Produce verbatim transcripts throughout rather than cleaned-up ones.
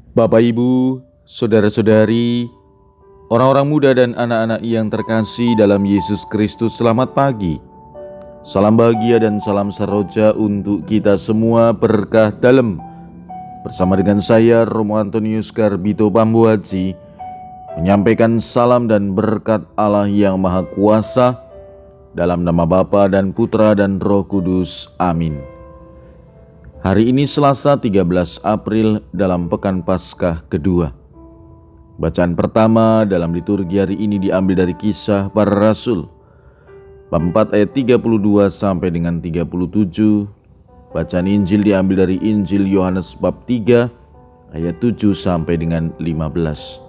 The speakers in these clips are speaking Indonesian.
Bapak, Ibu, saudara-saudari, orang-orang muda dan anak-anak yang terkasih dalam Yesus Kristus, selamat pagi. Salam bahagia dan salam saroja untuk kita semua, berkah dalam. Bersama dengan saya, Romo Antonius Garbito Pambuaji, menyampaikan salam dan berkat Allah yang Maha Kuasa, dalam nama Bapa dan Putra dan Roh Kudus. Amin. Hari ini Selasa tiga belas April dalam Pekan Paskah kedua. Bacaan pertama dalam liturgi hari ini diambil dari Kisah Para Rasul, bab empat ayat tiga puluh dua sampai dengan tiga puluh tujuh. Bacaan Injil diambil dari Injil Yohanes bab tiga ayat tujuh sampai dengan lima belas.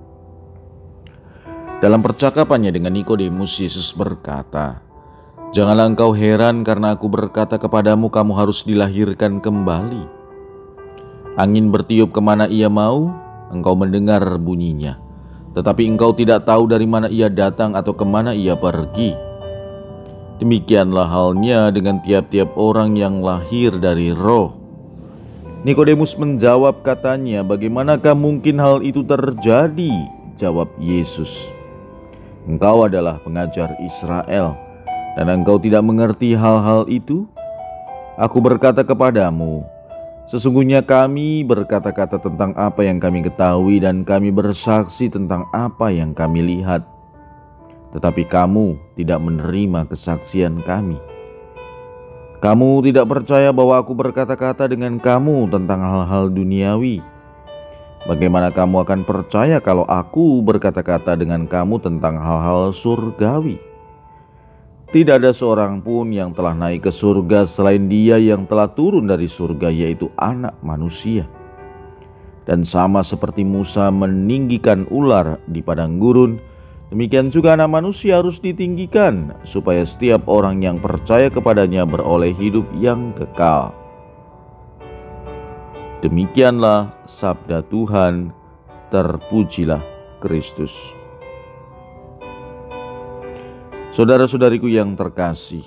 Dalam percakapannya dengan Nikodemus, Yesus berkata, "Janganlah engkau heran karena aku berkata kepadamu kamu harus dilahirkan kembali. Angin bertiup kemana ia mau, engkau mendengar bunyinya, tetapi engkau tidak tahu dari mana ia datang atau kemana ia pergi. Demikianlah halnya dengan tiap-tiap orang yang lahir dari roh." Nikodemus menjawab katanya, "Bagaimanakah mungkin hal itu terjadi?" Jawab Yesus, "Engkau adalah pengajar Israel, dan engkau tidak mengerti hal-hal itu? Aku berkata kepadamu, sesungguhnya kami berkata-kata tentang apa yang kami ketahui dan kami bersaksi tentang apa yang kami lihat. Tetapi kamu tidak menerima kesaksian kami. Kamu tidak percaya bahwa aku berkata-kata dengan kamu tentang hal-hal duniawi. Bagaimana kamu akan percaya kalau aku berkata-kata dengan kamu tentang hal-hal surgawi? Tidak ada seorang pun yang telah naik ke surga selain Dia yang telah turun dari surga, yaitu Anak Manusia. Dan sama seperti Musa meninggikan ular di padang gurun, demikian juga Anak Manusia harus ditinggikan, supaya setiap orang yang percaya kepadanya beroleh hidup yang kekal." Demikianlah sabda Tuhan. Terpujilah Kristus. Saudara-saudariku yang terkasih,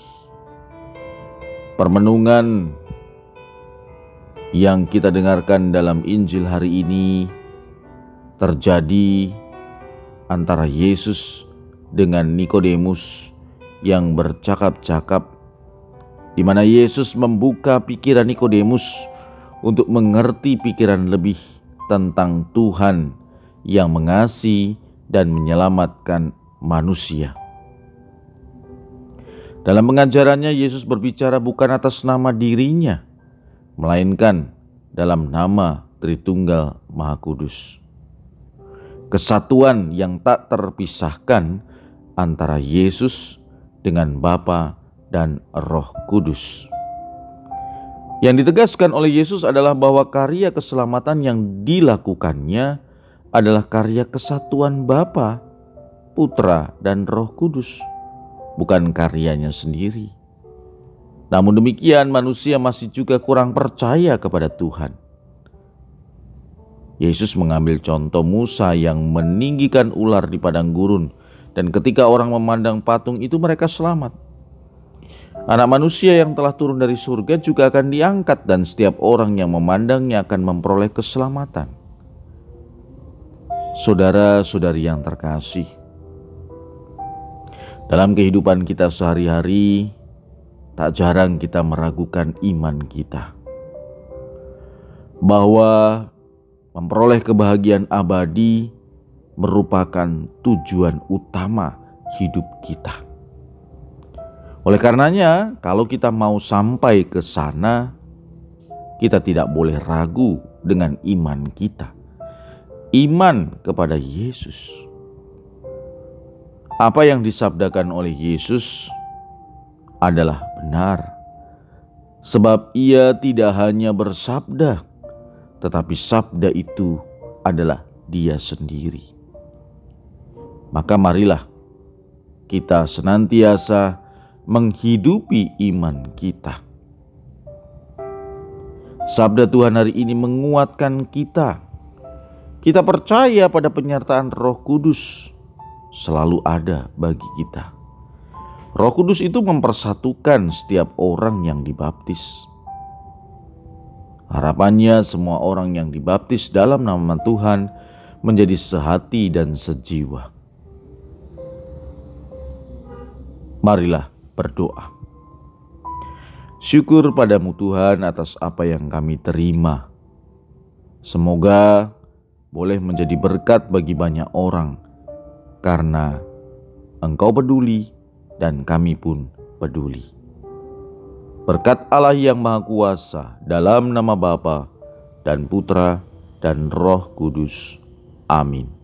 permenungan yang kita dengarkan dalam Injil hari ini terjadi antara Yesus dengan Nikodemus yang bercakap-cakap, di mana Yesus membuka pikiran Nikodemus untuk mengerti pikiran lebih tentang Tuhan yang mengasihi dan menyelamatkan manusia. Dalam pengajarannya, Yesus berbicara bukan atas nama dirinya, melainkan dalam nama Tritunggal Maha Kudus. Kesatuan yang tak terpisahkan antara Yesus dengan Bapa dan Roh Kudus. Yang ditegaskan oleh Yesus adalah bahwa karya keselamatan yang dilakukannya adalah karya kesatuan Bapa, Putra, dan Roh Kudus, bukan karyanya sendiri. Namun demikian, manusia masih juga kurang percaya kepada Tuhan. Yesus mengambil contoh Musa yang meninggikan ular di padang gurun, dan ketika orang memandang patung itu mereka selamat. Anak Manusia yang telah turun dari surga juga akan diangkat, dan setiap orang yang memandangnya akan memperoleh keselamatan. Saudara-saudari yang terkasih, dalam kehidupan kita sehari-hari, tak jarang kita meragukan iman kita, bahwa memperoleh kebahagiaan abadi merupakan tujuan utama hidup kita. Oleh karenanya, kalau kita mau sampai ke sana, kita tidak boleh ragu dengan iman kita, iman kepada Yesus. Apa yang disabdakan oleh Yesus adalah benar, sebab Ia tidak hanya bersabda, tetapi sabda itu adalah Dia sendiri. Maka marilah kita senantiasa menghidupi iman kita. Sabda Tuhan hari ini menguatkan kita. Kita percaya pada penyertaan Roh Kudus selalu ada bagi kita. Roh Kudus itu mempersatukan setiap orang yang dibaptis. Harapannya semua orang yang dibaptis dalam nama Tuhan menjadi sehati dan sejiwa. Marilah berdoa. Syukur padamu Tuhan atas apa yang kami terima. Semoga boleh menjadi berkat bagi banyak orang, karena Engkau peduli dan kami pun peduli. Berkat Allah yang Maha Kuasa, dalam nama Bapa dan Putra dan Roh Kudus. Amin.